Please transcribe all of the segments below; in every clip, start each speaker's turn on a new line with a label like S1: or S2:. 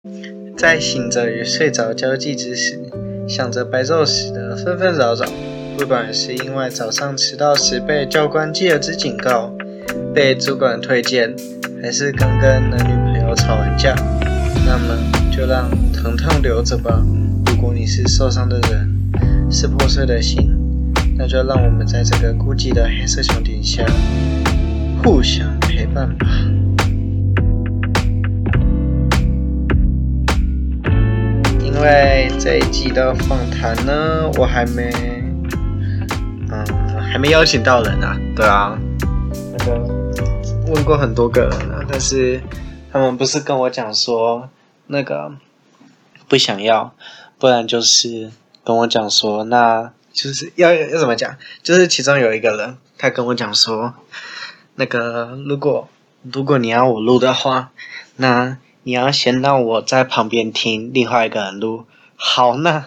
S1: 在醒着与睡着交际之时，想着白昼时的纷纷扰扰，不管是因为早上迟到时被教官记了支警告，被主管推荐，还是刚跟男女朋友吵完架，那么就让疼痛留着吧。如果你是受伤的人，是破碎的心，那就让我们在这个孤寂的黑色墙底下互相陪伴吧。因为这一集的访谈呢，我还没邀请到人啊，对啊，问过很多个人了，但是他们不是跟我讲说不想要，不然就是跟我讲说，那就是要怎么讲？就是其中有一个人，他跟我讲说，如果你要我录的话，那你要先让我在旁边听另外一个人录。好，那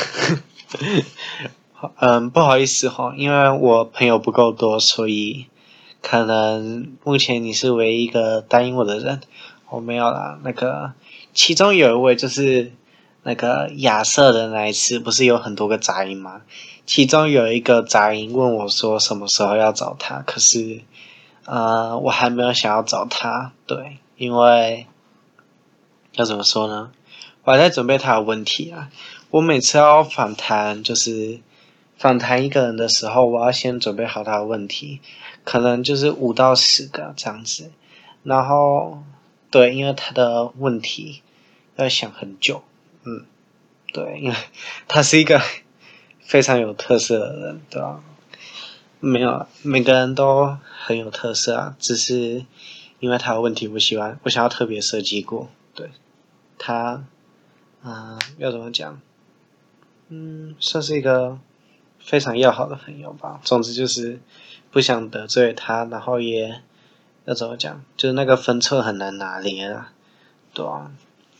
S1: 不好意思齁，因为我朋友不够多，所以可能目前你是唯一一个答应我的人。我没有啦，其中有一位就是亚瑟的那一次，不是有很多个杂音吗？其中有一个杂音问我说什么时候要找他，可是我还没有想要找他，对，因为要怎么说呢？我还在准备他的问题啊。我每次要访谈一个人的时候，我要先准备好他的问题，可能就是5到10个这样子。然后，对，因为他的问题要想很久，对，因为他是一个非常有特色的人，对吧？没有，每个人都很有特色啊，只是因为他的问题我想要特别设计过，对，他，要怎么讲？算是一个非常要好的朋友吧。总之就是不想得罪他，然后也要怎么讲，就是那个分寸很难拿捏啦，对啊，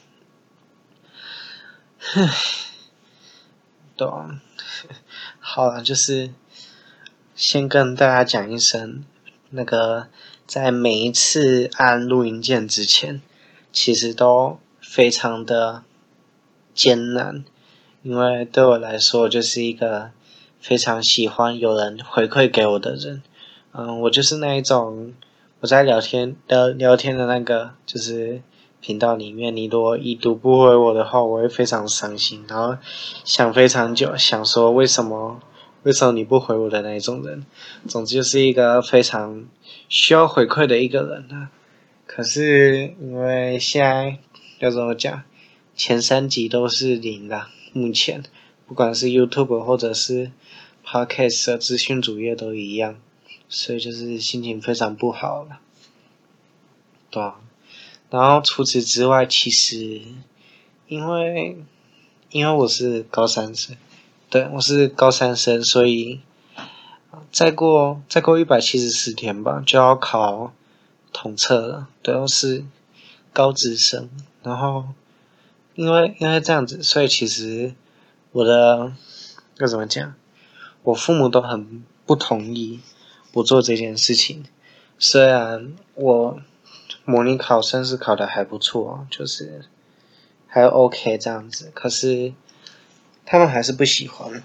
S1: 对啊，好啦，就是先跟大家讲一声，在每一次按录音键之前，其实都非常的艰难，因为对我来说，我就是一个非常喜欢有人回馈给我的人。我就是那一种，我在聊天的就是频道里面，你如果已读不回我的话，我会非常伤心，然后想非常久，想说为什么你不回我的那一种人。总之就是一个非常需要回馈的一个人啊。可是因为现在要怎么讲，前3集都是0啦，目前不管是 YouTube 或者是 Podcast 的资讯主页都一样，所以就是心情非常不好了，对啊。然后除此之外，其实因为我是高三生，对，我是高三生，所以再过174天吧，就要考统测了。对，我是高职生，然后因为这样子，所以其实我的要怎么讲，我父母都很不同意我做这件事情。虽然我模拟考算是考得还不错，就是还 OK 这样子，可是他们还是不喜欢。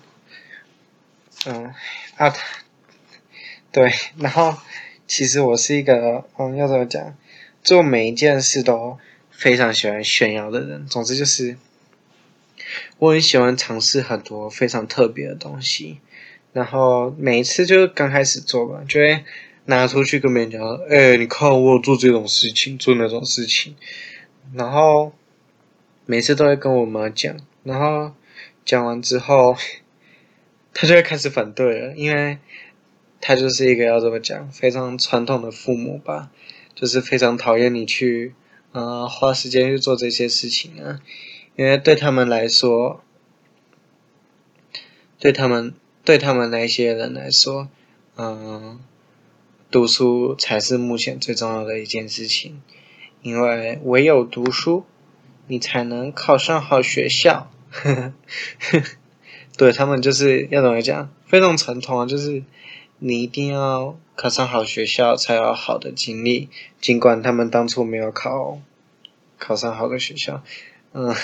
S1: 对，然后其实我是一个要怎么讲，做每一件事都非常喜欢炫耀的人。总之就是我很喜欢尝试很多非常特别的东西，然后每一次就刚开始做吧，就会拿出去跟别人讲，你看我有做这种事情，做那种事情，然后每次都会跟我妈讲，然后讲完之后，她就会开始反对了，因为他就是一个要怎么讲，非常传统的父母吧，就是非常讨厌你去花时间去做这些事情啊，因为对他们来说，对他们那些人来说，读书才是目前最重要的一件事情，因为唯有读书，你才能考上好学校。对，他们就是要怎么讲，非常传统啊，就是你一定要考上好学校才有好的经历，尽管他们当初没有考上好的学校， 嗯，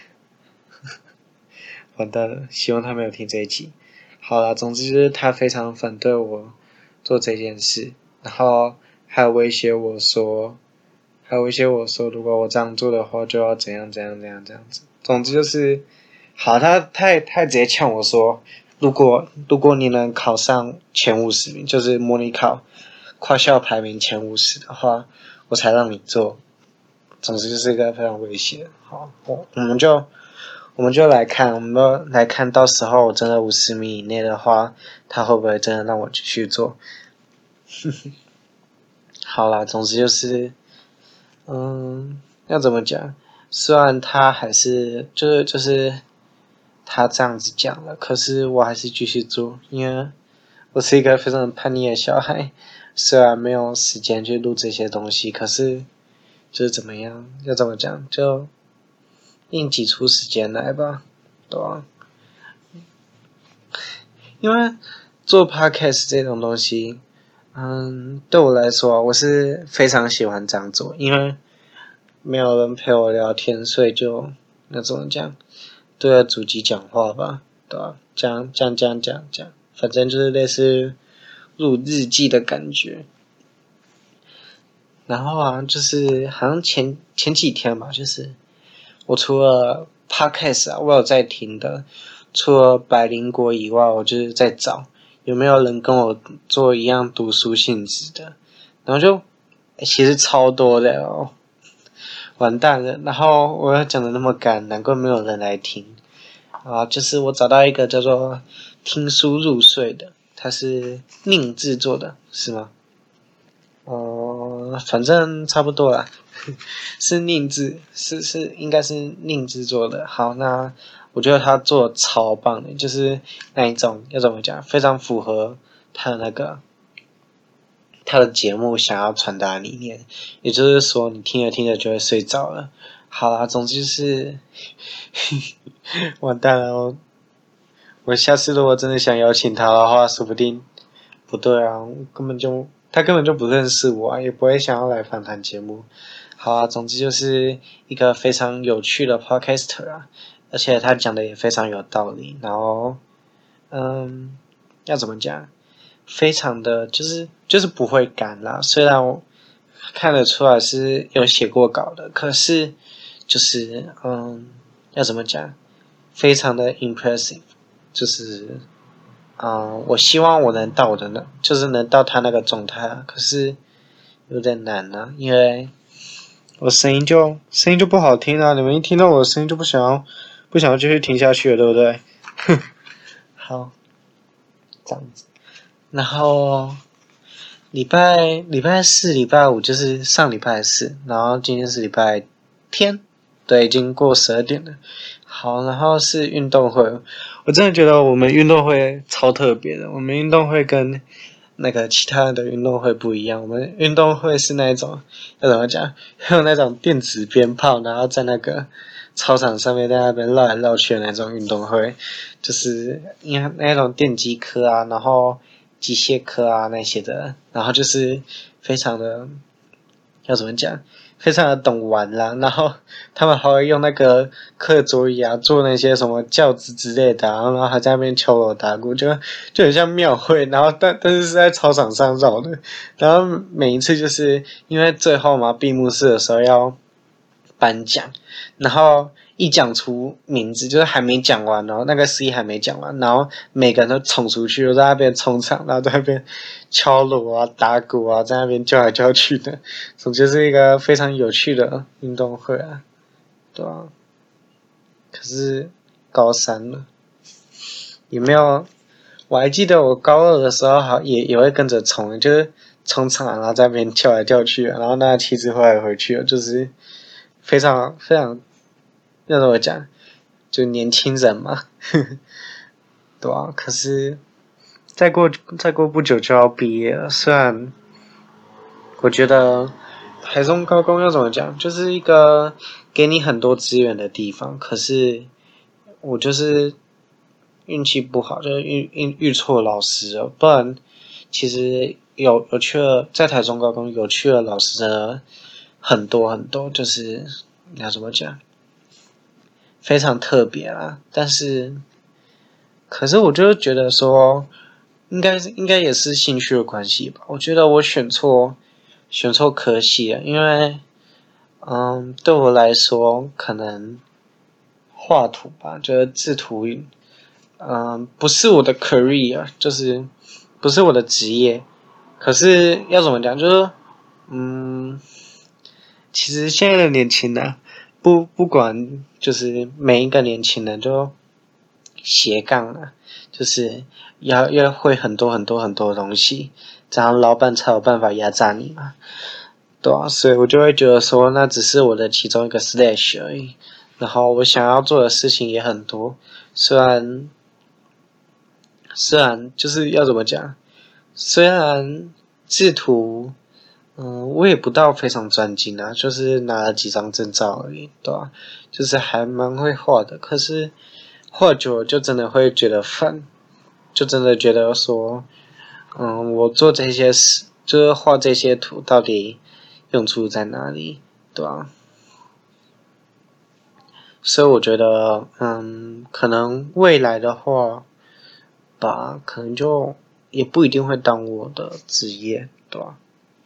S1: 完蛋了，希望他没有听这一集。好啦，总之就是他非常反对我做这件事，然后还有威胁我说，如果我这样做的话，就要怎样怎样怎样这样子。总之就是，好，他直接呛我说，如果你能考上前50名，就是模拟考跨校排名前50的话，我才让你做。总之就是一个非常威胁。好，我们就来看，到时候真的50名以内的话，他会不会真的让我继续做？好啦，总之就是，要怎么讲？虽然他还是就是他这样子讲了，可是我还是继续做，因为我是一个非常叛逆的小孩。虽然没有时间去录这些东西，可是就是怎么样？要怎么讲？就硬挤出时间来吧，对吧？因为做 podcast 这种东西，对我来说，我是非常喜欢这样做，因为没有人陪我聊天，所以就那种讲对着主机讲话吧，对吧？讲，反正就是类似录日记的感觉。然后啊，就是好像前几天吧，就是我除了 podcast 啊，我有在听的，除了百灵果以外，我就是在找有没有人跟我做一样读书性质的，然后就其实超多的哦，完蛋了。然后我要讲的那么赶，难怪没有人来听啊。就是我找到一个叫做听书入睡的，它是宁制作的，是吗？反正差不多啦，是宁制，应该是宁制作的。好，那我觉得他做的超棒的，就是那一种要怎么讲，非常符合他的他的节目想要传达的理念，也就是说你听着听着就会睡着了。好啦，总之就是完蛋了，我下次如果真的想邀请他的话，说不定不对啊，他根本就不认识我啊，也不会想要来访谈节目。好啊，总之就是一个非常有趣的 podcaster 啊，而且他讲的也非常有道理，然后要怎么讲，非常的就是不会干啦。虽然我看得出来是有写过稿的，可是就是要怎么讲，非常的 impressive，就是我希望我能到就是能到他那个状态啊，可是有点难啊，因为我声音就不好听啊，你们一听到我的声音就不想要继续听下去了，对不对？好，这样子。然后礼拜四、礼拜五就是上礼拜四，然后今天是礼拜天，对，已经过12点了。好，然后是运动会，我真的觉得我们运动会超特别的。我们运动会跟那个其他的运动会不一样，我们运动会是那种要怎么讲，有那种电子鞭炮，然后在那个操场上面在那边绕来绕去的那种运动会，就是因为那种电机科啊，然后机械科啊那些的，然后就是非常的要怎么讲，非常的懂玩啦，然后他们还会用那个课桌椅啊做那些什么教子之类的啊，然后还在那边敲锣打鼓，就很像庙会，然后但是在操场上绕的，然后每一次就是因为最后嘛闭幕式的时候要颁奖，然后一讲出名字，就是还没讲完，然后那个 C 还没讲完，然后每个人都冲出去，在那边冲场，然后在那边敲锣啊、打鼓啊，在那边叫来叫去的，总之是一个非常有趣的运动会啊，对啊。可是高三了，也没有，我还记得我高二的时候也会跟着冲，就是冲场，然后在那边跳来跳去，然后那旗子挥来挥去，就是非常非常要怎么讲，就年轻人嘛，对啊。可是再过不久就要毕业了，虽然我觉得台中高工要怎么讲，就是一个给你很多资源的地方，可是我就是运气不好，就是遇错老师了，不然其实有趣的，在台中高工有趣的老师真的很多很多，就是你要怎么讲？ 非常特别啦。可是我就觉得说，应该也是兴趣的关系吧。我觉得我选错科系了，因为对我来说，可能画图吧，就是制图，不是我的 career，就是不是我的职业。可是要怎么讲，就是其实现在的年轻人，不管就是每一个年轻人都斜杠啊，就是要会很多很多很多东西，这样老板才有办法压榨你嘛。对啊，所以我就会觉得说，那只是我的其中一个 slash 而已。然后我想要做的事情也很多，虽然就是要怎么讲，虽然制图，我也不到非常专精啊，就是拿了几张证照而已，对吧？就是还蛮会画的，可是画久了就真的会觉得烦，就真的觉得说，我做这些事，就是画这些图，到底用处在哪里，对吧？所以我觉得，可能未来的话，可能就也不一定会当我的职业，对吧？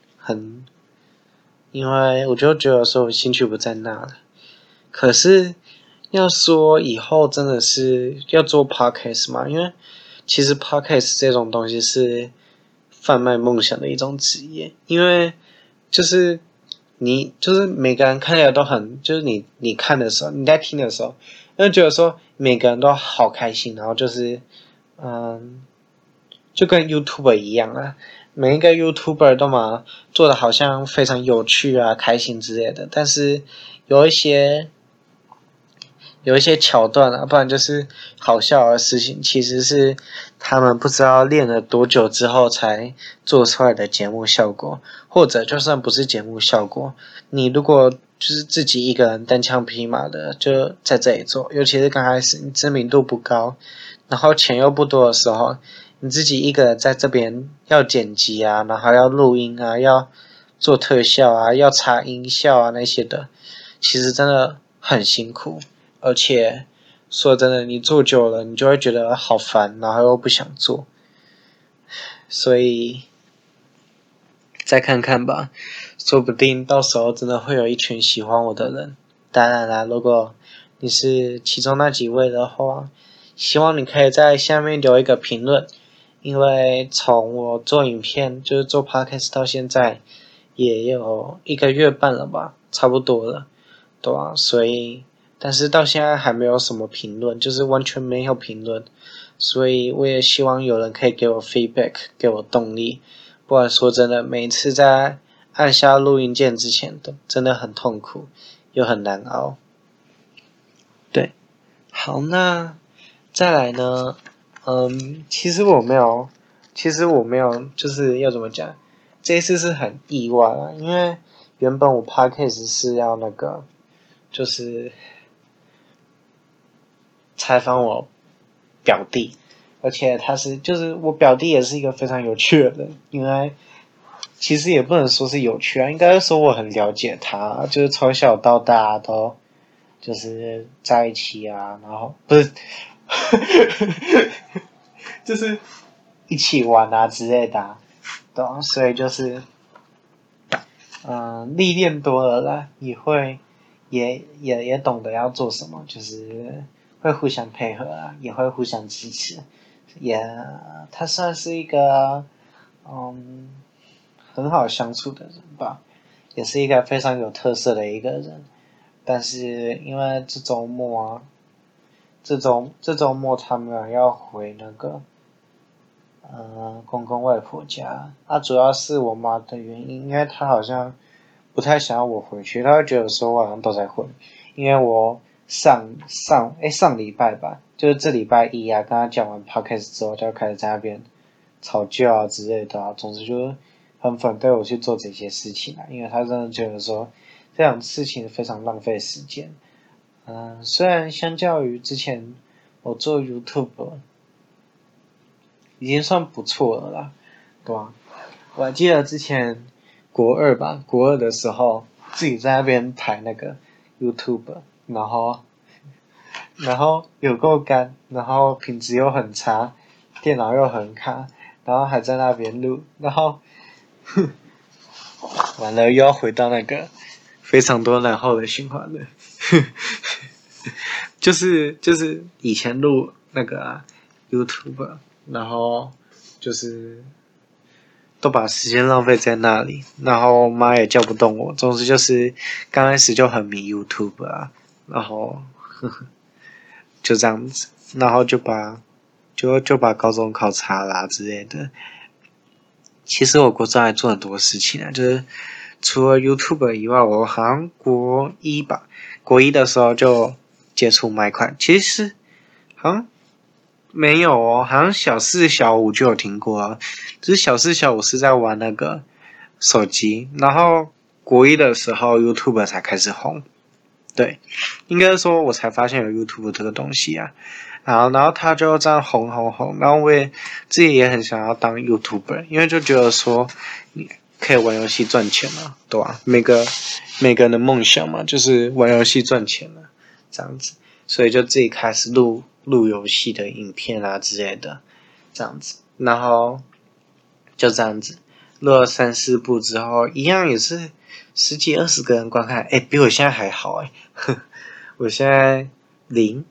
S1: 因为我就觉得说我兴趣不在那了。可是要说以后真的是要做 podcast 嘛？因为其实 podcast 这种东西是贩卖梦想的一种职业，因为就是就是每个人看起来都很，就是你看的时候，你在听的时候，就觉得说每个人都好开心，然后就是就跟 YouTuber 一样啊，每一个 YouTuber 都嘛做的好像非常有趣啊、开心之类的，但是有一些桥段啊，不然就是好笑的事情，其实是他们不知道练了多久之后才做出来的节目效果，或者就算不是节目效果，你如果就是自己一个人单枪匹马的就在这里做，尤其是刚开始你知名度不高，然后钱又不多的时候，你自己一个人在这边要剪辑啊，然后要录音啊，要做特效啊，要插音效啊那些的，其实真的很辛苦。而且说真的，你做久了，你就会觉得好烦，然后又不想做，所以再看看吧，说不定到时候真的会有一群喜欢我的人。当然啦，如果你是其中那几位的话，希望你可以在下面留一个评论，因为从我做影片，就是做 podcast 到现在，也有1个月半了吧，差不多了，对啊，所以但是到现在还没有什么评论，就是完全没有评论，所以我也希望有人可以给我 feedback，给我动力。不然说真的，每次在按下录音键之前，都真的很痛苦，又很难熬。对，好，那再来呢？其实我没有，就是要怎么讲？这一次是很意外啊，因为原本我 podcast 是要那个，就是采访我表弟，而且就是我表弟也是一个非常有趣的人，因为其实也不能说是有趣啊，应该说我很了解他，就是从小到大都就是在一起啊，然后不是，就是一起玩啊之类的啊，对啊，所以就是历练多了啦，也懂得要做什么，就是会互相配合啊，也会互相支持，他算是一个很好相处的人吧，也是一个非常有特色的一个人。但是因为这周末他们要回那个公公外婆家，主要是我妈的原因，因为她好像不太想要我回去，她会觉得说我好像都在混，因为我上礼拜吧，就是这礼拜一啊，跟她讲完 podcast 之后，就开始在那边吵架啊之类的啊，总之就是很反对我去做这些事情啊，因为她真的觉得说这种事情非常浪费时间。虽然相较于之前我做 YouTube 已经算不错了啦，对吧？我还记得之前国二的时候，自己在那边排那个 YouTube，然后然后有够干，然后品质又很差，电脑又很卡，然后还在那边录，然后完了又要回到那个非常多然后的循环了。就是以前录那个YouTube，然后就是都把时间浪费在那里，然后妈也叫不动我。总之就是刚开始就很迷 YouTube 啊，然后就这样子，然后就把高中考差啦之类的。其实我国中还做很多事情啊，就是除了 YouTube 以外，我好像国一吧，国一的时候就接触麦块，其实好像没有哦，好像小四小五就有听过啊，只是小四小五是在玩那个手机，然后国一的时候 YouTube 才开始红，对，应该说我才发现有 YouTube 这个东西啊，然后他就这样红，然后我也自己也很想要当 YouTuber， 因为就觉得说你可以玩游戏赚钱嘛，对吧？每个人的梦想嘛，就是玩游戏赚钱了，这样子，所以就自己开始录游戏的影片啊之类的，这样子，然后就这样子录了3-4部之后，一样也是10几20个人观看，比我现在还好我现在0。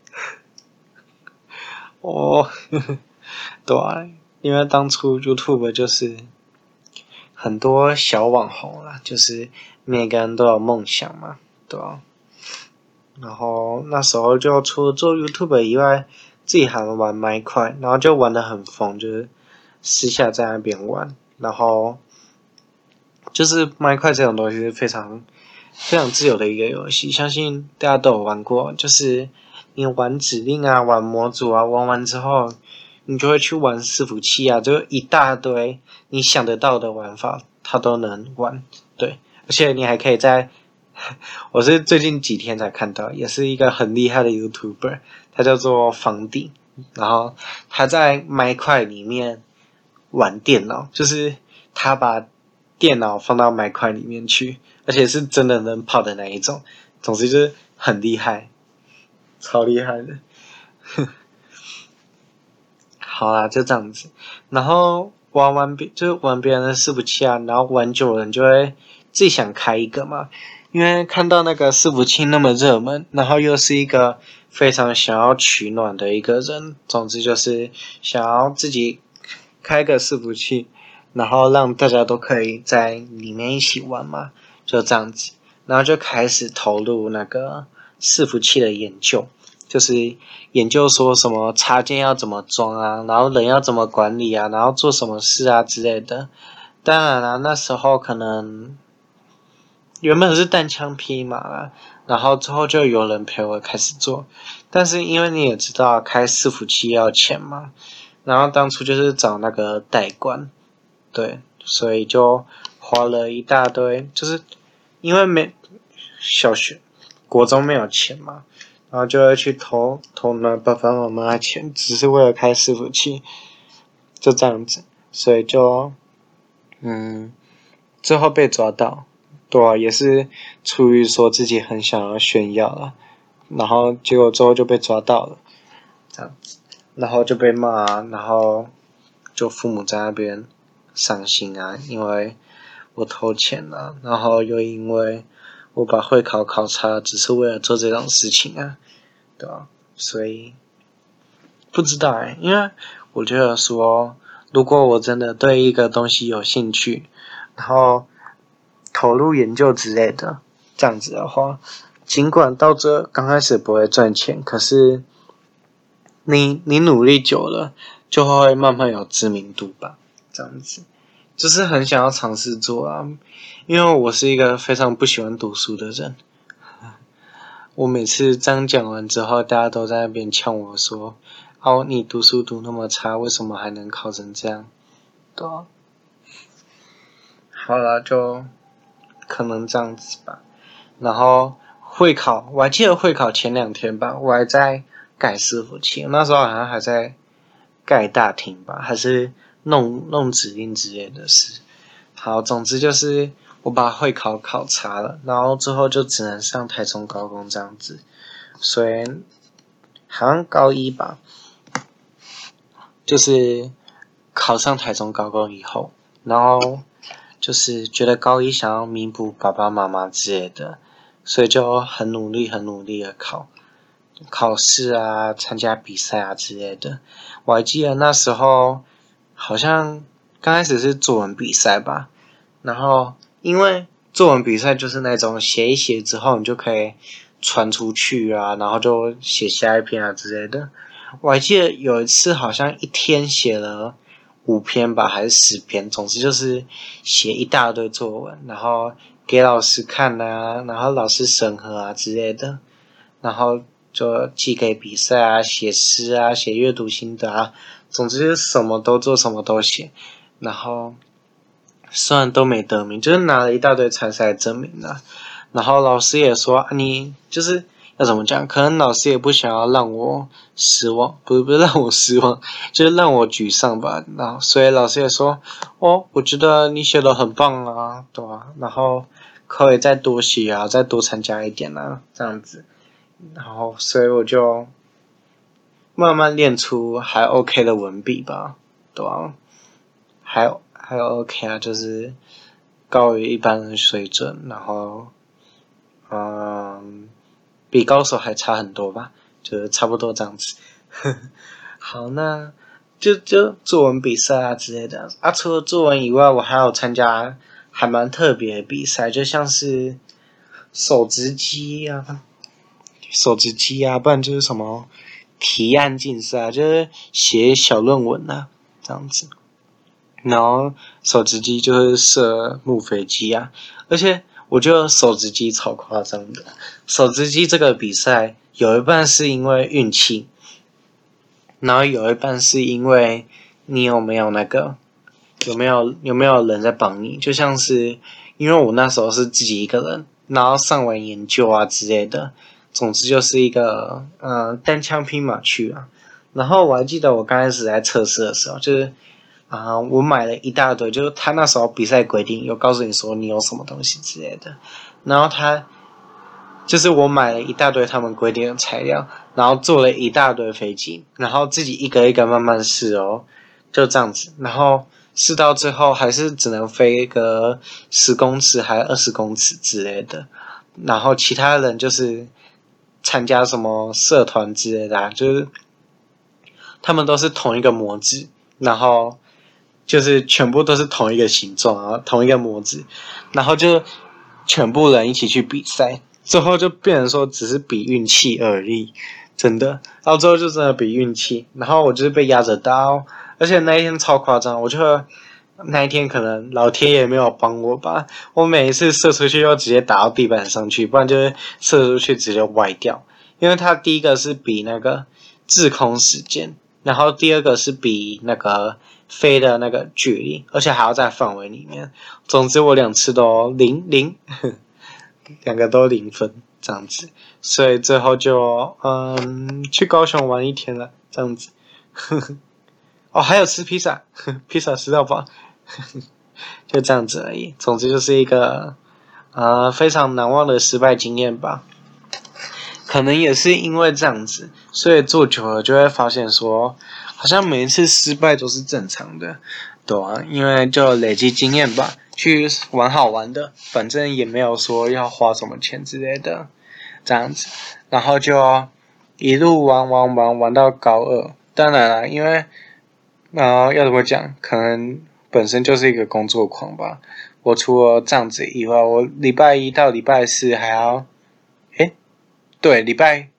S1: 哦，对啊，因为当初 YouTube 就是很多小网红啦，就是每个人都有梦想嘛，对啊。然后那时候就除了做 YouTube 以外，自己还玩麦块，然后就玩得很疯，就是私下在那边玩，然后就是麦块这种东西是非常自由的一个游戏，相信大家都有玩过，就是你玩指令啊，玩模组啊，玩完之后，你就会去玩伺服器啊，就一大堆你想得到的玩法，它都能玩，对，而且你还可以在，我是最近几天才看到，也是一个很厉害的 YouTuber， 他叫做房顶，然后他在麦块里面玩电脑，就是他把电脑放到麦块里面去，而且是真的能跑的那一种。总之就是很厉害，超厉害的。好啦，就这样子。然后就是玩别人的伺服器啊，然后玩久了，你就会自己想开一个嘛。因为看到那个伺服器那么热门，然后又是一个非常想要取暖的一个人，总之就是想要自己开个伺服器，然后让大家都可以在里面一起玩嘛，就这样子。然后就开始投入那个伺服器的研究，就是研究说什么插件要怎么装啊，然后人要怎么管理啊，然后做什么事啊之类的。当然啦，那时候可能原本是单枪匹马啦，然后之后就有人陪我开始做。但是因为你也知道开伺服器要钱嘛，然后当初就是找那个代管，对，所以就花了一大堆，就是因为小学、国中没有钱嘛，然后就会去偷那爸爸妈妈的钱，只是为了开伺服器，就这样子，所以就最后被抓到，对啊，也是出于说自己很想要炫耀了，然后结果之后就被抓到了，这样子，然后就被骂啊，然后就父母在那边伤心啊，因为我偷钱了，然后又因为我把会考考差，只是为了做这种事情啊，对吧？所以不知道因为我觉得说，如果我真的对一个东西有兴趣，然后投入研究之类的，这样子的话，尽管到这刚开始不会赚钱，可是你努力久了，就会慢慢有知名度吧，这样子，就是很想要尝试做啊，因为我是一个非常不喜欢读书的人。我每次这样讲完之后，大家都在那边呛我说：“哦，你读书读那么差，为什么还能考成这样？”对啊，好了，就可能这样子吧。然后会考，我还记得会考前2天吧，我还在盖伺服器，那时候好像还在盖大厅吧，还是弄指令之类的事。好，总之就是我把会考考差了，然后之后就只能上台中高工这样子。所以好像高一吧，就是考上台中高工以后，然后就是觉得高一想要弥补爸爸妈妈之类的，所以就很努力的考试啊，参加比赛啊之类的。我还记得那时候好像刚开始是作文比赛吧，然后因为作文比赛就是那种写一写之后你就可以传出去啊，然后就写下一篇啊之类的。我还记得有一次好像一天写了5篇吧，还是10篇，总之就是写一大堆作文，然后给老师看啊，然后老师审核啊之类的，然后就寄给比赛啊，写诗啊，写阅读心得啊，总之就是什么都做，什么都写，然后虽然都没得名，就是拿了一大堆参赛证明啊。然后老师也说，你就是要怎么讲？可能老师也不想要让我失望，不是让我失望，就是让我沮丧吧。然后所以老师也说，我觉得你写的很棒啊，对吧？然后可以再多写啊，再多参加一点啊，这样子。然后所以我就慢慢练出还 OK 的文笔吧，对吧？还 OK 啊，就是高于一般的水准，然后比高手还差很多吧，就是差不多这样子。好，那就作文比赛啊之类的啊。除了作文以外，我还有参加还蛮特别的比赛，就像是手直击啊，不然就是什么提案竞赛啊，就是写小论文啊这样子。然后手直击就是射木飞机啊，而且我觉得手直击超夸张的。手直击这个比赛有一半是因为运气，然后有一半是因为你有没有人在帮你，就像是因为我那时候是自己一个人，然后上完研究啊之类的，总之就是一个单枪匹马去啊。然后我还记得我刚开始在测试的时候，就是我买了一大堆，就是他那时候比赛规定有告诉你说你有什么东西之类的，然后就是我买了一大堆他们规定的材料，然后做了一大堆飞机，然后自己一个一个慢慢试哦，就这样子，然后试到最后还是只能飞个10公尺还是20公尺之类的，然后其他人就是参加什么社团之类的就是他们都是同一个模子，然后就是全部都是同一个形状啊，同一个模子，然后就全部人一起去比赛，最后就变成说只是比运气而已，真的，到最后就真的比运气，然后我就是被压着刀，而且那一天超夸张，我觉得那一天可能老天爷没有帮我吧，我每一次射出去又直接打到地板上去，不然就是射出去直接歪掉，因为他第一个是比那个滞空时间，然后第二个是比那个飞的那个距离，而且还要在范围里面。总之我2次都零，2个都0分这样子，所以最后就去高雄玩一天了这样子。哦，还有吃披萨，披萨吃到饱，就这样子而已。总之就是一个非常难忘的失败经验吧。可能也是因为这样子，所以做久了就会发现说，好像每一次失败都是正常的，对啊，因为就累积经验吧，去玩好玩的，反正也没有说要花什么钱之类的，这样子，然后就一路玩到高2。当然啦，因为要怎么讲，可能本身就是一个工作狂吧。我除了这样子以外，我礼拜1到礼拜4还要，对，礼拜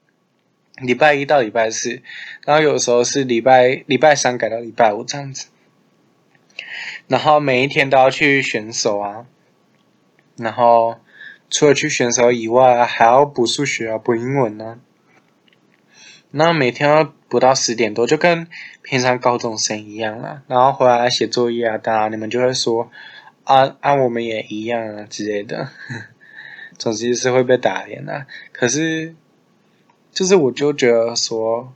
S1: 1到礼拜4，然后有时候是礼拜3改到礼拜5这样子，然后每一天都要去选手啊，然后除了去选手以外，还要补数学啊，补英文啊，那每天要补到10点多，就跟平常高中生一样啦。然后回来写作业啊，当然你们就会说我们也一样啊之类的，总之是会被打脸啊。可是就是我就觉得说，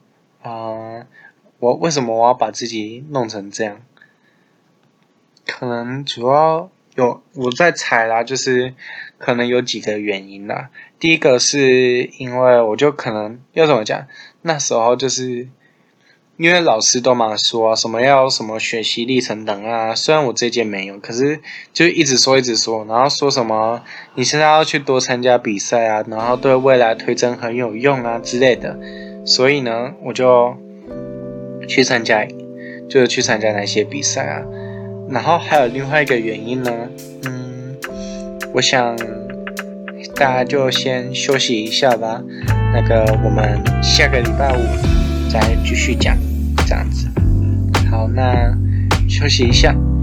S1: 为什么我要把自己弄成这样？可能主要我在猜啦，就是可能有几个原因啦。第一个是因为我就可能要怎么讲，那时候就是因为老师都嘛说啊，什么要什么学习历程档啊，虽然我这届没有，可是就一直说，然后说什么你现在要去多参加比赛啊，然后对未来推甄很有用啊之类的，所以呢，我就去参加那些比赛啊。然后还有另外一个原因呢，我想大家就先休息一下吧。那个我们下个礼拜5再继续讲，这样子。好，那休息一下。